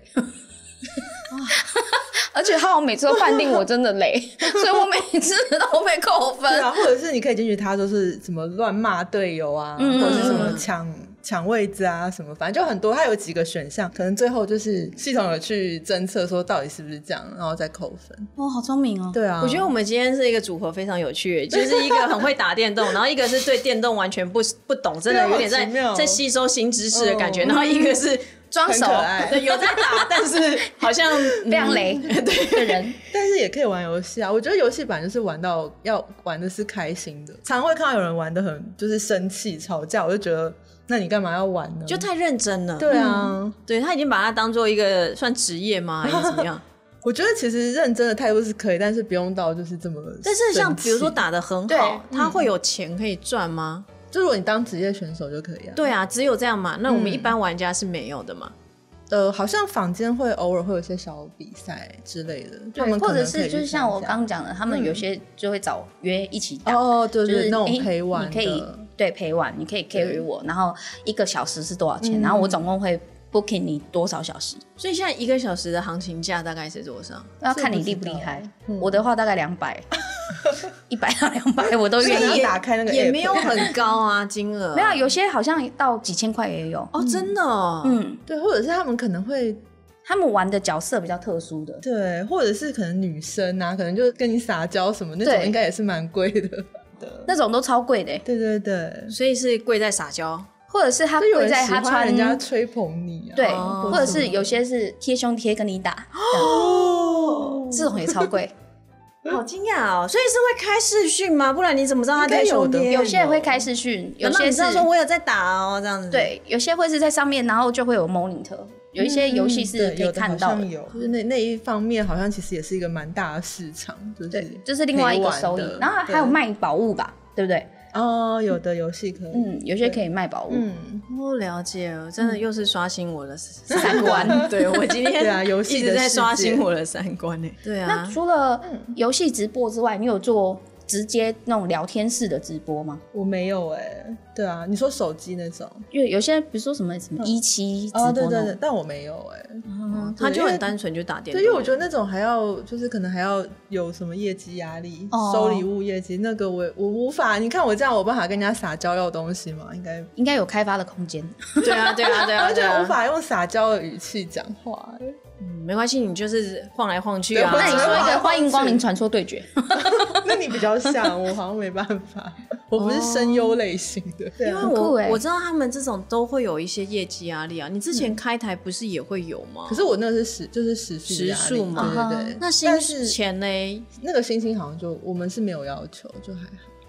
S2: 而且他每次都判定我真的雷，所以我每次都被扣分。
S3: 对啊，或者是你可以检举他说是什么乱骂队友啊，
S2: 嗯
S3: 或者是什么抢抢位置啊什么，反正就很多，它有几个选项，可能最后就是系统有去侦测说到底是不是这样，然后再扣分。
S2: 哦，好聪明哦。
S3: 对啊，
S1: 我觉得我们今天是一个组合非常有趣，就是一个很会打电动，然后一个是对电动完全不不懂，真的有点在
S3: 对好奇妙
S1: 在吸收新知识的感觉，
S3: 嗯
S1: 然后一个是
S2: 装熟
S3: 很可爱
S1: 对有在打，但是好像
S2: 非常雷的人。
S3: 但是也可以玩游戏啊，我觉得游戏版就是玩到要玩的是开心的，常会看到有人玩的很就是生气吵架，我就觉得那你干嘛要玩呢？
S1: 就太认真了。
S3: 对啊，
S1: 对他已经把它当做一个算职业吗，还是怎么样？
S3: 我觉得其实认真的态度是可以，但是不用到就是这么生气。
S1: 但是像比如说打得很
S2: 对
S1: 好，他会有钱可以赚吗？
S3: 就如果你当职业选手就可以啊。
S1: 对啊，只有这样嘛。那我们一般玩家是没有的嘛。
S3: 呃，好像坊间会偶尔会有一些小比赛之类的，他们可
S2: 或者
S3: 能可以去
S2: 是就是像我
S3: 参加
S2: 刚刚讲的，他们有些就会找约一起打。
S3: 哦，对对，
S2: 就是
S3: 那种
S2: 诶
S3: 陪玩的，
S2: 你可以对陪玩，你可以 carry 我，然后一个小时是多少钱？
S3: 嗯
S2: 然后我总共会 booking 你多少小时？
S1: 所以现在一个小时的行情价大概是多少？
S2: 要看你厉不厉害。
S3: 嗯
S2: 我的话大概两百，一百到两百我都
S3: 所以你
S2: 愿意。
S3: 要打开那个 app
S1: 也没有很高啊，金额
S2: 没有，有些好像到几千块也有。
S1: 哦，真的哦。
S2: 嗯，
S3: 对，或者是他们可能会
S2: 他们玩的角色比较特殊的。
S3: 对，或者是可能女生啊，可能就跟你撒娇什么那种，
S2: 对
S3: 应该也是蛮贵的。
S2: 那种都超贵的欸，
S3: 对对对，
S1: 所以是贵在撒娇。
S2: 或者是他
S3: 就有
S2: 贵
S3: 人喜欢
S2: 在他穿
S3: 人家吹捧你啊，
S2: 对，
S1: 哦
S2: 或者是有些是贴胸贴跟你打，这样
S3: 哦，
S2: 这种也超贵。
S1: 好惊讶哦！所以是会开视讯吗？不然你怎么知道他
S3: 应该有的
S1: 贴胸贴？
S2: 有些人会开视讯，有些是
S1: 有些知道说我有在打哦，这样子。，
S2: 对，有些会是在上面，然后就会有 monitor，有一些游戏是可以
S3: 对有的
S2: 看到的
S3: 好像。有，就是那那一方面好像其实也是一个蛮大的市场，就是
S2: 对，这是另外一个收益
S3: 陪玩的。
S2: 然后还有
S3: 对
S2: 卖宝物吧，对不对？
S3: 哦，有的游戏可以，
S2: 嗯，有些可以卖宝物。
S3: 嗯，
S1: 我了解了，真的又是刷新我的
S2: 三观。
S1: 对我今天
S3: 对啊游戏的
S1: 一直在刷
S3: 世界
S1: 新我的三观呢。对
S2: 那
S1: 啊，
S2: 除了游戏直播之外，你有做直接那种聊天式的直播吗？
S3: 我没有哎，对啊，你说手机那种，
S2: 因为有些比如说什么什么一期直播
S3: 哦，对
S2: 那种，
S3: 对对，但我没有哎，
S1: 嗯他就很单纯就打电动。
S3: 对，因为我觉得那种还要就是可能还要有什么业绩压力，
S2: 哦
S3: 收礼物业绩，那个我我无法。你看我这样，我有办法跟人家撒娇要东西吗？应该
S2: 应该有开发的空间。
S1: 对啊，对啊，对啊，
S3: 完全无
S1: 对啊。
S3: 法用撒娇的语气讲话。
S1: 嗯没关系，你就是晃来晃去
S3: 对
S1: 啊。
S2: 那你说一个
S3: 晃来晃去
S2: 欢迎光临传说对决，
S3: 那你比较像，我好像没办法，我不是声优类型的。对啊
S1: 因为我、
S2: 很酷欸
S1: 我知道他们这种都会有一些业绩压力啊。你之前开台不是也会有吗？
S3: 可是我那个是时就是时数压力
S1: 时数嘛
S3: 对对对。
S1: 那新
S3: 但是
S1: 钱呢？
S3: 那个星星好像就我们是没有要求，就还好。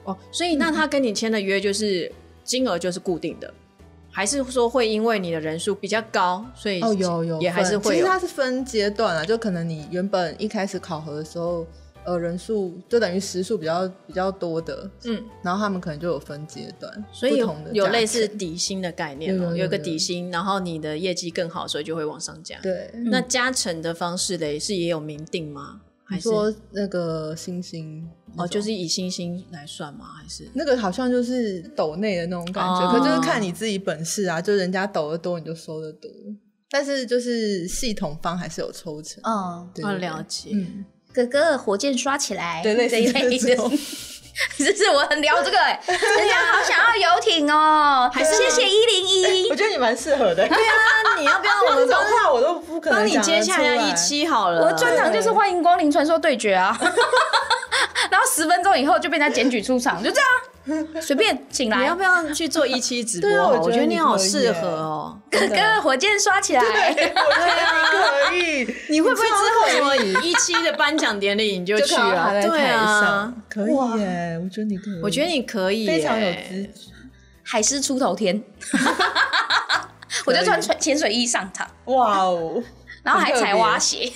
S1: 哦，所以那他跟你签的约就是金额就是固定的，还是说会因为你的人数比较高，所以
S3: 哦有有
S1: 也还是会有？
S3: 其实它是分阶段啊，就可能你原本一开始考核的时候，呃，人数就等于时数比较比较多的，嗯，然后他们可能就有分阶段，
S1: 所以有
S3: 不同的
S1: 有类似底薪的概念、哦，
S3: 有, 有, 有,
S1: 有一个底薪，然后你的业绩更好，所以就会往上加。
S3: 对，
S1: 那加成的方式的是也有明定吗？还是
S3: 你说那个星星
S1: 哦，就是以星星来算吗？还是
S3: 那个好像就是抖内的那种感觉，哦、可就是看你自己本事啊，就人家抖得多你就收得多，但是就是系统方还是有抽成。
S2: 嗯，
S1: 我了解。嗯，
S2: 哥哥火箭刷起来，
S3: 对，类似这种。
S2: 只是我很聊这个哎、欸，人家好想要游艇哦，还是谢谢一零一。
S3: 我觉得你蛮适合的。
S1: 对啊，你要不要我们
S3: 这种话我都不可能
S1: 帮你接下来一期好了。
S2: 我的专长就是欢迎光临传说对决啊，然后十分钟以后就被他检举出场，就这样。随便请来，
S1: 你要不要去做一期直播？
S3: 啊、我,
S1: 我觉得你好适合
S2: 哦，哥哥火箭刷起来。
S3: 对，我觉得你可以。
S1: 你会不会之后什么一期的颁奖典礼你就去啊？对啊，
S3: 可以耶，我觉得你可以。
S1: 我觉得你可以，
S3: 非常有资质。
S2: 海狮出头天，我就穿潜水衣上场。
S3: 哇哦，
S2: 然后还踩蛙鞋。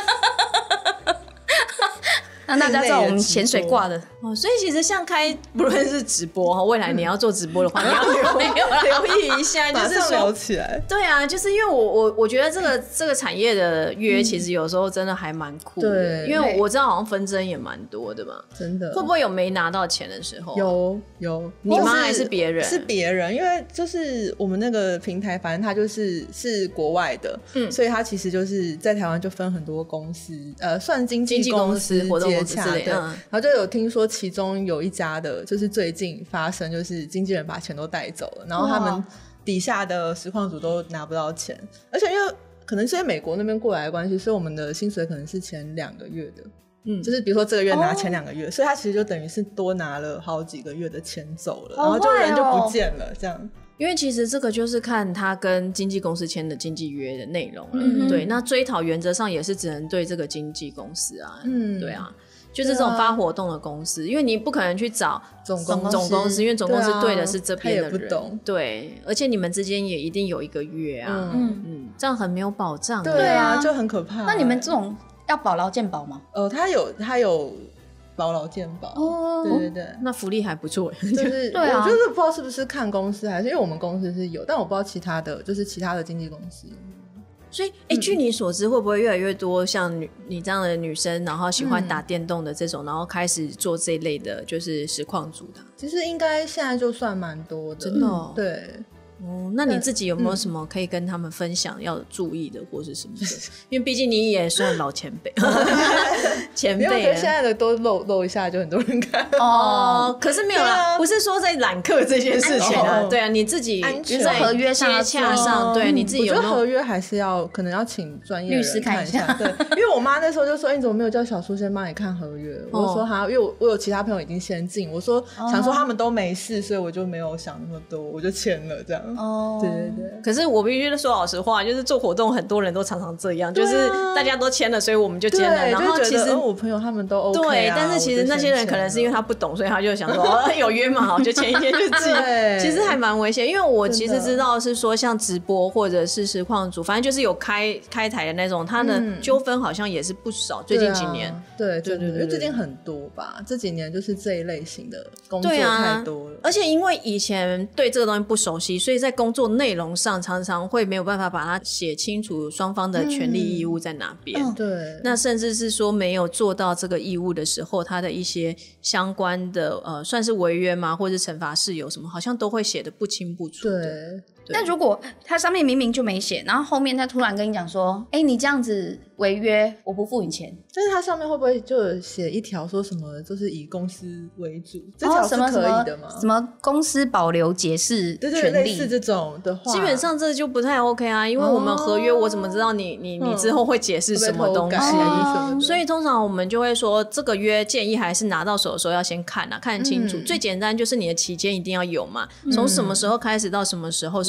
S2: 让大家知道我们潜水挂的
S1: 哦，所以其实像开不论是直播哈，未来你要做直播的话，你要留留意一下，就是说
S3: 聊起来。
S1: 对啊，就是因为我我我觉得这个这个产业的约，其实有时候真的还蛮酷的，
S3: 对，
S1: 因为我知道好像纷争也蛮多的嘛，
S3: 真的。
S1: 会不会有没拿到钱的时候？
S3: 有有，
S1: 你妈还是别人？
S3: 是别人，因为就是我们那个平台，反正它就是是国外的，嗯，所以它其实就是在台湾就分很多公司，呃，算经纪公司、
S1: 活动公司之类
S3: 的。然后就有听说其中有一家的就是最近发生就是经纪人把钱都带走了，然后他们底下的实况组都拿不到钱，而且因为可能是因为美国那边过来的关系，所以我们的薪水可能是前两个月的，嗯，就是比如说这个月拿前两个月、哦、所以他其实就等于是多拿了好几个月的钱走了、哦、然后就人就不见了这样。
S1: 因为其实这个就是看他跟经纪公司签的经纪约的内容了、嗯、对，那追讨原则上也是只能对这个经纪公司啊，嗯，对啊，就是这种发活动的公司、啊、因为你不可能去找
S3: 总公司
S1: 总公司，因为总公司对的是这边的人，
S3: 他也不懂，
S1: 对，而且你们之间也一定有一个约啊，嗯嗯，这样很没有保障，
S3: 对啊，就很可怕、欸。
S2: 那你们这种要保劳健保吗？
S3: 呃，他有他有保劳健保，哦，对对对，
S1: 那福利还不错，
S3: 就是
S2: 对啊，
S3: 我就是不知道是不是看公司还是因为我们公司是有，但我不知道其他的就是其他的经纪公司。
S1: 所以，哎、欸，据你所知，会不会越来越多像你你这样的女生，然后喜欢打电动的这种，嗯、然后开始做这一类的，就是实况组的？
S3: 其实应该现在就算蛮多的，
S1: 真的、哦
S3: 嗯。对。
S1: 哦，那你自己有没有什么可以跟他们分享要注意的，或是什么的？因为毕竟你也算老前辈，前辈。因为
S3: 现在的都露露一下，就很多人看。
S1: 哦，可是没有啦，不是说在揽客这件事情啊。对啊，你自己
S2: 比如说合约上、
S1: 接洽上，对你自己有没有？
S3: 我觉得合约还是要可能要请专业
S2: 律师看一下。
S3: 对，因为我妈那时候就说：“你怎么没有叫小叔先帮你看合约？”我就说：“哈，因为我我有其他朋友已经先进，我说想说他们都没事，所以我就没有想那么多，我就签了这样。”哦，对。对，
S1: 可是我必须说老实话，就是做活动很多人都常常这样、啊、就是大家都签了，所以我们就签了，然后其实、
S3: 哦、我朋友他们都 OK、啊、
S1: 对，但是其实那些人可能是因为他不懂，所以他就想说哦有约嘛，好就签一签就自己其实还蛮危险，因为我其实知道是说像直播或者是实况组，反正就是有开开台的那种，他的纠纷好像也是不少、嗯、最近几年
S3: 对对对对，因为最近很多吧，这几年就是这一类型的工作太多了、啊、
S1: 而且因为以前对这个东西不熟悉，所以在工作内容上常常会没有办法把它写清楚双方的权利义务在哪边、
S3: 嗯、对，
S1: 那甚至是说没有做到这个义务的时候，他的一些相关的呃算是违约吗或者惩罚事由什么好像都会写得不清不楚的。
S3: 对，
S2: 但如果他上面明明就没写，然后后面他突然跟你讲说哎、欸，你这样子违约我不付你钱，
S3: 但是他上面会不会就有写一条说什么就是以公司为主，这条是可以的吗、
S2: 哦、什么公司保留解释权利，
S3: 对对，类似这种的话
S1: 基本上这就不太 OK 啊，因为我们合约我怎么知道你你你之后会解释什么东西、
S3: 嗯、
S1: 所以通常我们就会说这个约建议还是拿到手的时候要先看啊，看清楚、嗯、最简单就是你的期间一定要有嘛，从什么时候开始到什么时候是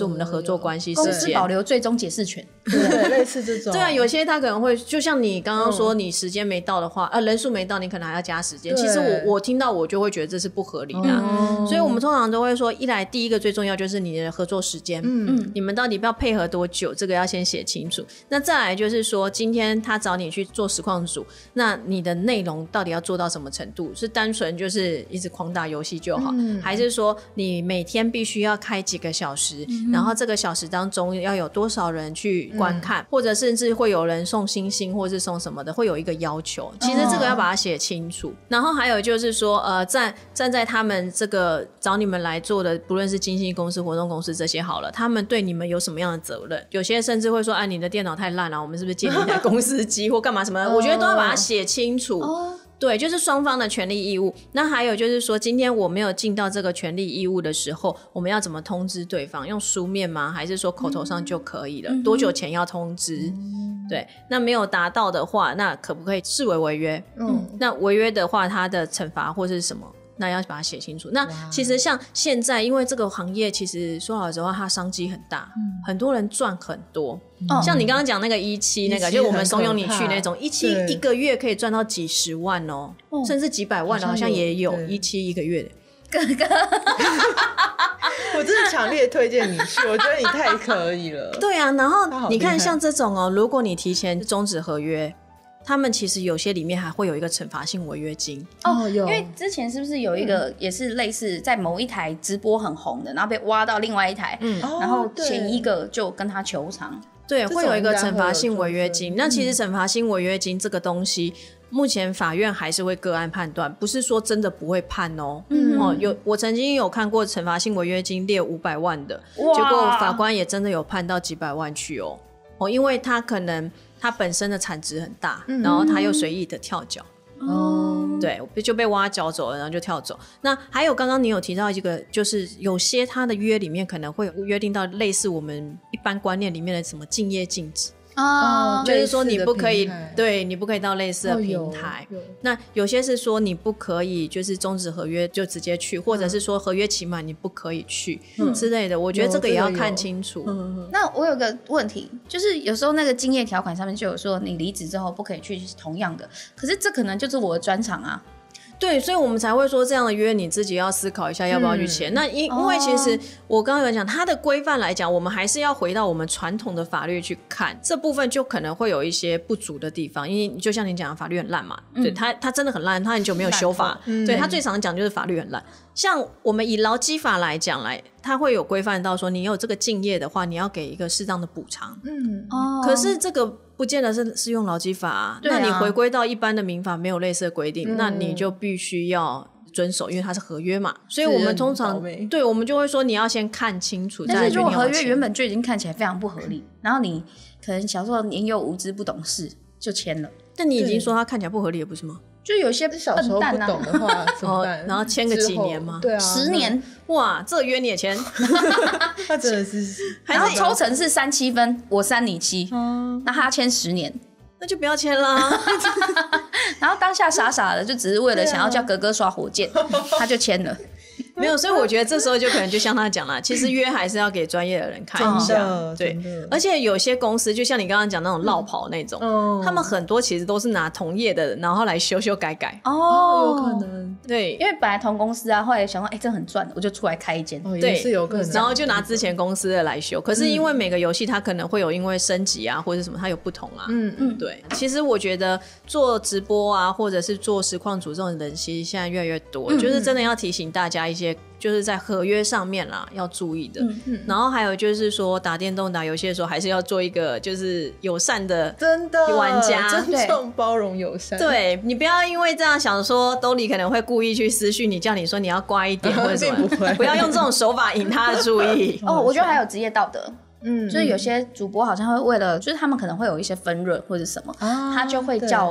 S1: 我们的合作关系时间，
S2: 公司保留最终解释权，
S3: 对，类似这种。
S1: 对啊，有些他可能会就像你刚刚说，你时间没到的话，呃，人数没到，你可能还要加时间。其实我我听到我就会觉得这是不合理的、啊嗯，所以我们通常都会说，一来第一个最重要就是你的合作时间，嗯，你们到底要配合多久，这个要先写清楚。那再来就是说，今天他找你去做实况组，那你的内容到底要做到什么程度？是单纯就是一直狂打游戏就好，嗯、还是说你每天必须要开几个小时、嗯，然后这个小时当中要有多少人去观看，嗯、或者甚至会有人送星星或是送什么的，会有一个要求。其实这个要把它写清楚。哦、然后还有就是说，呃，站站在他们这个找你们来做的，不论是经纪公司、活动公司这些好了，他们对你们有什么样的责任？有些甚至会说，哎、啊，你的电脑太烂了，我们是不是借你一台公司机或干嘛什么的？我觉得都要把它写清楚。哦，对，就是双方的权利义务。那还有就是说，今天我没有尽到这个权利义务的时候，我们要怎么通知对方？用书面吗？还是说口头上就可以了？嗯、多久前要通知？嗯、对，那没有达到的话，那可不可以视为违约？嗯，那违约的话，它的惩罚或是什么？那要把它写清楚。那其实像现在，因为这个行业其实说老实话，它商机很大，嗯、很多人赚很多。嗯、像你刚刚讲那个一期那个，就我们怂恿你去那种一期一个月可以赚到几十万哦，甚至几百万的，好像也有一期一个月的。哥哥，
S3: 我真的强烈推荐你去，我觉得你太可以了。
S1: 对啊，然后你看像这种哦，如果你提前终止合约。他们其实有些里面还会有一个惩罰性违約金
S2: 哦，有，因为之前是不是有一个也是类似在某一台直播很红的，然后被挖到另外一台，嗯，然后前一个就跟他求偿，
S1: 对，会有一个惩罰性违約金。那其实惩罰性违約金这个东西，目前法院还是会个案判断，不是说真的不会判哦。嗯，哦，有我曾经有看过惩罰性违約金列五百万的，结果法官也真的有判到几百万去哦。哦，因为他可能。它本身的产值很大，嗯、然后它又随意的跳脚，哦，对，就被挖角走了，然后就跳走。那还有刚刚你有提到一个，就是有些它的约里面可能会有约定到类似我们一般观念里面的什么竞业禁止。哦，就是说你不可以，对，你不可以到类似的平台。哦、那有些是说你不可以，就是终止合约就直接去，或者是说合约期满你不可以去、嗯、之类的。我觉得这个也要看清楚。
S2: 嗯、那我有个问题，就是有时候那个竞业条款上面就有说你离职之后不可以去同样的，可是这可能就是我的专长啊。
S1: 对，所以我们才会说这样的约你自己要思考一下要不要去签、嗯、那 因, 因为其实我刚刚有讲它的规范来讲，我们还是要回到我们传统的法律去看，这部分就可能会有一些不足的地方，因为就像你讲的法律很烂嘛、嗯、对，它它真的很烂，它很久没有修法、嗯、对，它最常讲就是法律很烂。像我们以劳基法来讲来，它会有规范到说你有这个竞业的话，你要给一个适当的补偿。嗯，哦，可是这个不见得是适用劳基法、啊啊、那你回归到一般的民法没有类似的规定、嗯、那你就必须要遵守，因为它是合约嘛，所以我们通常对我们就会说你要先看清楚。
S2: 但是如果合约原本就已经看起来非常不合理，然后你可能小时候年幼无知不懂事就签了，
S1: 但你已经说它看起来不合理了不是吗？
S2: 就有些
S3: 小时候不懂的话怎么办、
S1: 哦、然后签个几年吗？
S3: 对啊，
S2: 十年。
S1: 哇，这个约你也签
S3: 他真的是
S2: 然后抽成是三七分，我三你七、嗯、那他签十年，
S1: 那就不要签啦
S2: 然后当下傻傻的就只是为了想要叫哥哥刷火箭、啊、他就签了
S1: 没有，所以我觉得这时候就可能就像他讲了，其实约还是要给专业的人看一下，对。而且有些公司就像你刚刚讲那种落跑那种、嗯，他们很多其实都是拿同业的，然后来修修改改。
S2: 哦，
S3: 有可能，
S1: 对，
S2: 因为本来同公司啊，后来想说，哎、欸，这很赚，我就出来开一间、
S3: 哦，对，是有可能。
S1: 然后就拿之前公司的来修，可是因为每个游戏它可能会有因为升级啊或者什么，它有不同啊。嗯嗯，对。其实我觉得做直播啊，或者是做实况组这种人，其实现在越来越多，嗯、就是真的要提醒大家一些。就是在合约上面啦要注意的、嗯嗯、然后还有就是说打电动打游戏的时候还是要做一个就是友善的真的玩家，
S3: 尊重包容友善，
S1: 对，你不要因为这样想说兜里可能会故意去私讯你，叫你说你要乖一点或者什么不, 不要用这种手法引他的注意
S2: 哦，我觉得还有职业道德，嗯，就是有些主播好像会为了就是他们可能会有一些分润或者什么、啊、他就会叫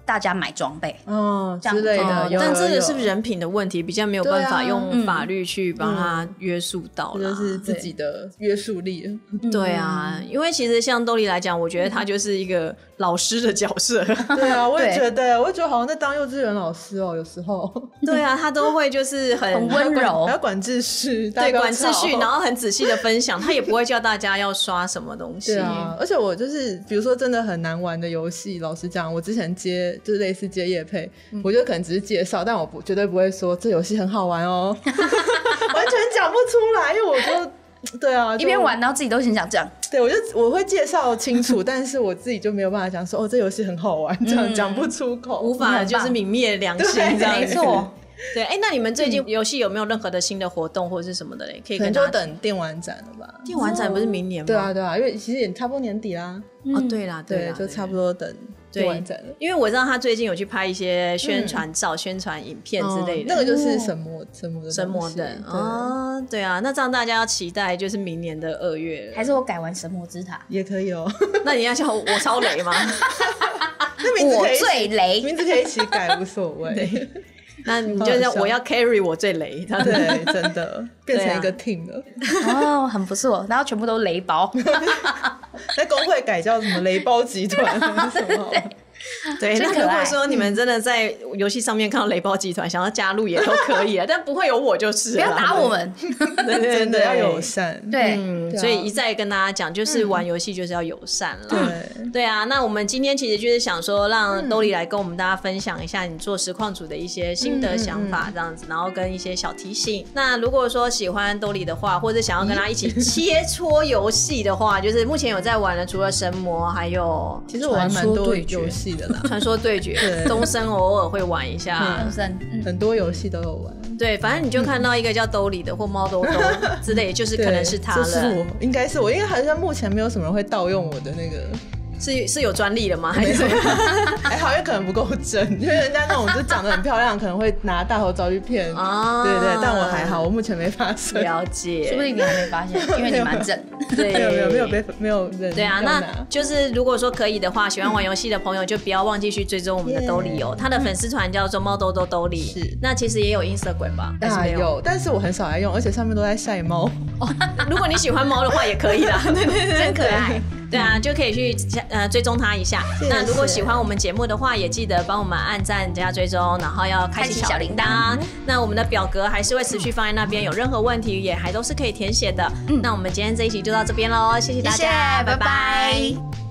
S2: 大家买装备，
S3: 哦
S2: 这样
S3: 之类的。
S1: 哦
S3: 有
S1: 但这个是
S3: 有
S1: 人品的问题，比较没有办法用法律去帮他约束到啦。
S3: 就是自己的约束力。
S1: 对啊，因为其实像兜里来讲，我觉得他就是一个老师的角色。
S3: 对啊，我也
S2: 对
S3: 觉得，我也觉得好像在当幼稚园老师哦，有时候
S1: 对啊，他都会就是很
S2: 很温柔
S3: 还要管秩序，大家
S1: 对
S3: 不要
S1: 管秩序，
S3: 吵
S1: 然后很仔细的分享，他也不会叫大家要刷什么东西。
S3: 对啊，而且我就是比如说真的很难玩的游戏，老实讲，我之前接就是类似接业配，
S1: 嗯
S3: 我觉得可能只是介绍，但我不绝对不会说这游戏很好玩哦，完全讲不出来，因为我就。对啊，
S2: 一边玩然后自己都很想这样。
S3: 对，我就我会介绍清楚，但是我自己就没有办法讲说哦，这游戏很好玩，这样讲、嗯、不出口，
S1: 无法就是泯灭良心这样子。
S2: 没错。
S1: 对，哎，那你们最近游戏有没有任何的新的活动或者是什么的嘞？可以跟
S3: 可能就等电玩展了吧？
S1: 电玩展不是明年吗？
S3: 对啊，对啊，因为其实也差不多年底啦。
S1: 哦，对啦，
S3: 对，
S1: 啦，
S3: 就差不多等电玩展了。
S1: 因为我知道他最近有去拍一些宣传照、宣传影片之类的，
S3: 那个就是神魔神魔的
S1: 神魔的哦，对啊，那这样大家要期待就是明年的二月，
S2: 还是我改完神魔之塔
S3: 也可以哦。
S1: 那你要叫我超雷吗？
S3: 那名字可以
S2: 我最雷，
S3: 名字可以一起改无所谓。
S1: 那你就像我要 carry 我最雷，
S3: 对，真的变成一个 team 了。
S2: 哦，很不错，然后全部都雷包。
S3: 在工会改叫什么雷包集团什么？
S1: 对，那如果说你们真的在游戏上面看到雷包集团想要加入也都可以了，但不会有我就是了，
S2: 不要打我们。
S1: 对对对，
S3: 真的要友善。
S2: 对，
S1: 嗯，所以一再跟大家讲，就是玩游戏就是要友善了。
S3: 对
S1: 对啊，那我们今天其实就是想说，让兜里来跟我们大家分享一下你做实况组的一些心得想法，这样子，然后跟一些小提醒。那如果说喜欢兜里的话，或者想要跟他一起切磋游戏的话，就是目前有在玩的，除了神魔，还有
S3: 其实我玩蛮多游戏的啦，
S1: 传说对决，东升偶尔会玩一下，
S2: 东升
S3: 很多游戏都有玩。
S1: 对，反正你就看到一个叫兜里的或猫兜兜之类，就是可能是他了。
S3: 是我，应该是我，因为好像目前没有什么人会盗用我的那个。
S1: 是是有专利的吗？还是
S3: 还好，因为可能不够真，因为人家那种就长得很漂亮，可能会拿大头照去骗。啊，对对，但我还好，我目前没发生。
S1: 了解，
S2: 说不定你还没发现，因为你蛮正。
S1: 对，
S3: 没有没有没有被没有人。
S1: 对啊，那就是如果说可以的话，喜欢玩游戏的朋友就不要忘记去追踪我们的兜里哦，他的粉丝团叫做猫兜兜兜里。
S3: 是，
S1: 那其实也有 Instagram 吧？
S3: 啊有，但是我很少来用，而且上面都在晒猫。
S1: 哦，如果你喜欢猫的话也可以啦，对对对，真可爱。对啊，就可以去呃追踪他一下。
S3: 谢谢。
S1: 那如果喜欢我们节目的话，也记得帮我们按赞加追踪，然后要开启小铃铛。那我们的表格还是会持续放在那边，有任何问题也还都是可以填写的。嗯，那我们今天这一集就到这边喽，谢谢大家，
S2: 谢谢，拜拜。